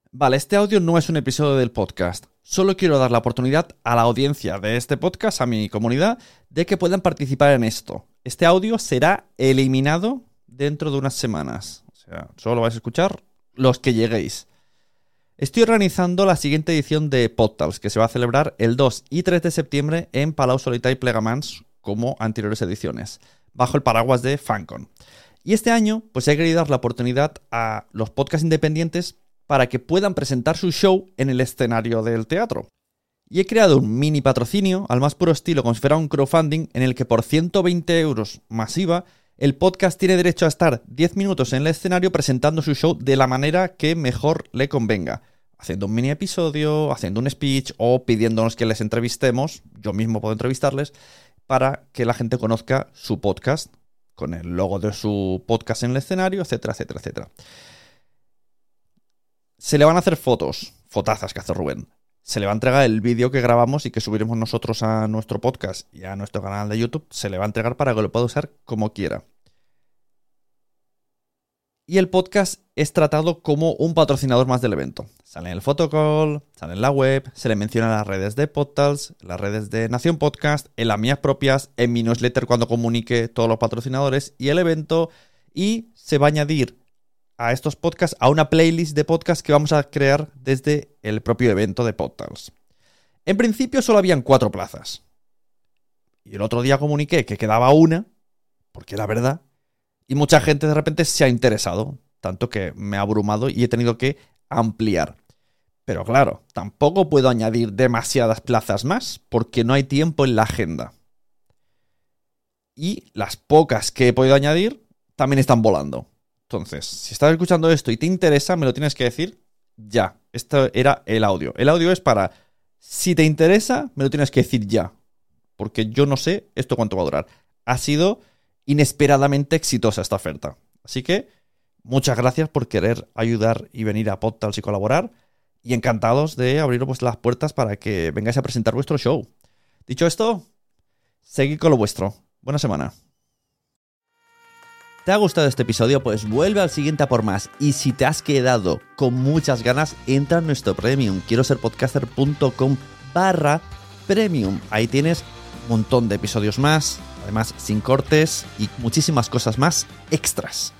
Vale, este audio no es un episodio del podcast. Solo quiero dar la oportunidad a la audiencia de este podcast, a mi comunidad, de que puedan participar en esto. Este audio será eliminado dentro de unas semanas. O sea, solo vais a escuchar los que lleguéis. Estoy organizando la siguiente edición de Podtals, que se va a celebrar el 2 y 3 de septiembre en Palau-Solità y Plegamans, como anteriores ediciones, bajo el paraguas de FanCon. Y este año, pues he querido dar la oportunidad a los podcasts independientes para que puedan presentar su show en el escenario del teatro. Y he creado un mini patrocinio, al más puro estilo, como si fuera un crowdfunding, en el que por 120 euros masiva, el podcast tiene derecho a estar 10 minutos en el escenario presentando su show de la manera que mejor le convenga. Haciendo un mini episodio, haciendo un speech o pidiéndonos que les entrevistemos, yo mismo puedo entrevistarles, para que la gente conozca su podcast, con el logo de su podcast en el escenario, etcétera, etcétera, etcétera. Se le van a hacer fotazas que hace Rubén. Se le va a entregar el vídeo que grabamos y que subiremos nosotros a nuestro podcast y a nuestro canal de YouTube. Se le va a entregar para que lo pueda usar como quiera. Y el podcast es tratado como un patrocinador más del evento. Sale en el photocall, sale en la web, se le menciona en las redes de Podtals, las redes de Nación Podcast, en las mías propias, en mi newsletter cuando comunique todos los patrocinadores y el evento. Y se va a añadir a estos podcasts a una playlist de podcasts que vamos a crear desde el propio evento de Podtals. En principio solo habían 4 plazas. Y el otro día comuniqué que quedaba una, porque era verdad, y mucha gente de repente se ha interesado, tanto que me ha abrumado y he tenido que ampliar. Pero claro, tampoco puedo añadir demasiadas plazas más, porque no hay tiempo en la agenda. Y las pocas que he podido añadir también están volando. Entonces, si estás escuchando esto y te interesa, me lo tienes que decir ya. Esto era el audio. El audio es para, si te interesa, me lo tienes que decir ya. Porque yo no sé esto cuánto va a durar. Ha sido inesperadamente exitosa esta oferta. Así que, muchas gracias por querer ayudar y venir a Podtals y colaborar. Y encantados de abriros pues, las puertas para que vengáis a presentar vuestro show. Dicho esto, seguid con lo vuestro. Buena semana. ¿Te ha gustado este episodio? Pues vuelve al siguiente a por más. Y si te has quedado con muchas ganas, entra en nuestro Premium. Quiero ser podcaster.com/premium. Ahí tienes un montón de episodios más, además sin cortes y muchísimas cosas más extras.